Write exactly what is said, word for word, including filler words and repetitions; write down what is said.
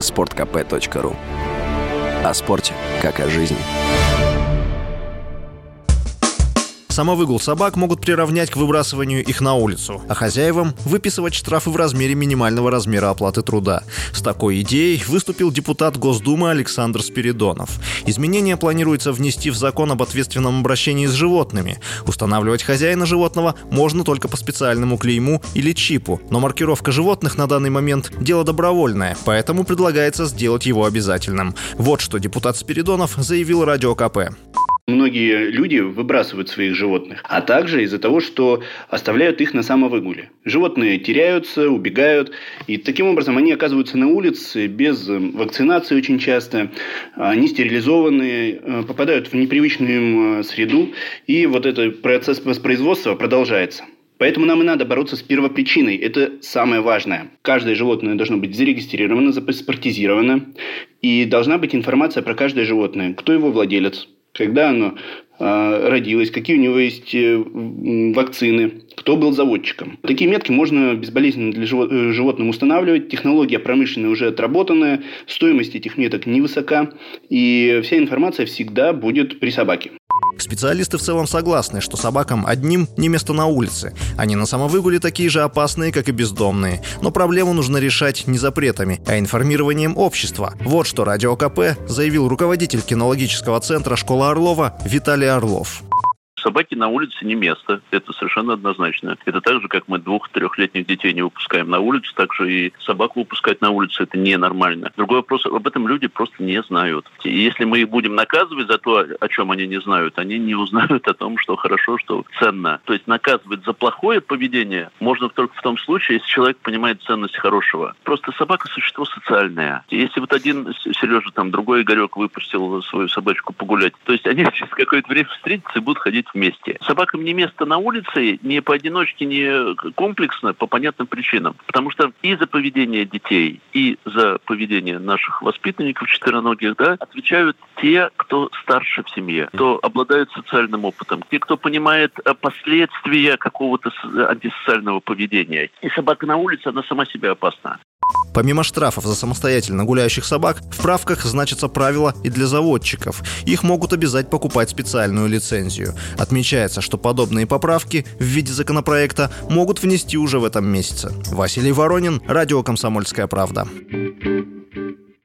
спорт кэ пэ точка ру. О спорте, как о жизни. Самовыгул собак могут приравнять к выбрасыванию их на улицу, а хозяевам выписывать штрафы в размере минимального размера оплаты труда. С такой идеей выступил депутат Госдумы Александр Спиридонов. Изменения планируется внести в закон об ответственном обращении с животными. Устанавливать хозяина животного можно только по специальному клейму или чипу, но маркировка животных на данный момент – дело добровольное, поэтому предлагается сделать его обязательным. Вот что депутат Спиридонов заявил Радио КП. Многие люди выбрасывают своих животных, а также из-за того, что оставляют их на самовыгуле. Животные теряются, убегают, и таким образом они оказываются на улице без вакцинации очень часто, они стерилизованы, попадают в непривычную им среду, и вот этот процесс воспроизводства продолжается. Поэтому нам и надо бороться с первопричиной. Это самое важное. Каждое животное должно быть зарегистрировано, запаспортизировано, и должна быть информация про каждое животное. Кто его владелец, когда оно э, родилось, какие у него есть э, вакцины, кто был заводчиком. Такие метки можно безболезненно для живот- животным устанавливать. Технология промышленная уже отработанная, стоимость этих меток невысока, и вся информация всегда будет при собаке. Специалисты в целом согласны, что собакам одним не место на улице. Они на самовыгуле такие же опасные, как и бездомные. Но проблему нужно решать не запретами, а информированием общества. Вот что Радио КП заявил руководитель кинологического центра «Школа Орлова» Виталий Орлов. Собаке на улице не место, это совершенно однозначно. Это так же, как мы двух-трехлетних детей не выпускаем на улицу, так же и собаку выпускать на улицу – это ненормально. Другой вопрос, об этом люди просто не знают. И если мы их будем наказывать за то, о чем они не знают, они не узнают о том, что хорошо, что ценно. То есть наказывать за плохое поведение можно только в том случае, если человек понимает ценность хорошего. Просто собака – существо социальное. И если вот один Сережа, там, другой Игорек выпустил свою собачку погулять, то есть они через какое-то время встретятся и будут ходить вместе. Собакам не место на улице, не поодиночке, не комплексно, по понятным причинам. Потому что и за поведение детей, и за поведение наших воспитанников четвероногих, да, отвечают те, кто старше в семье, кто обладает социальным опытом, те, кто понимает последствия какого-то антисоциального поведения. И собака на улице, она сама себе опасна. Помимо штрафов за самостоятельно гуляющих собак, в правках значатся правила и для заводчиков. Их могут обязать покупать специальную лицензию. Отмечается, что подобные поправки в виде законопроекта могут внести уже в этом месяце. Василий Воронин, Радио «Комсомольская правда».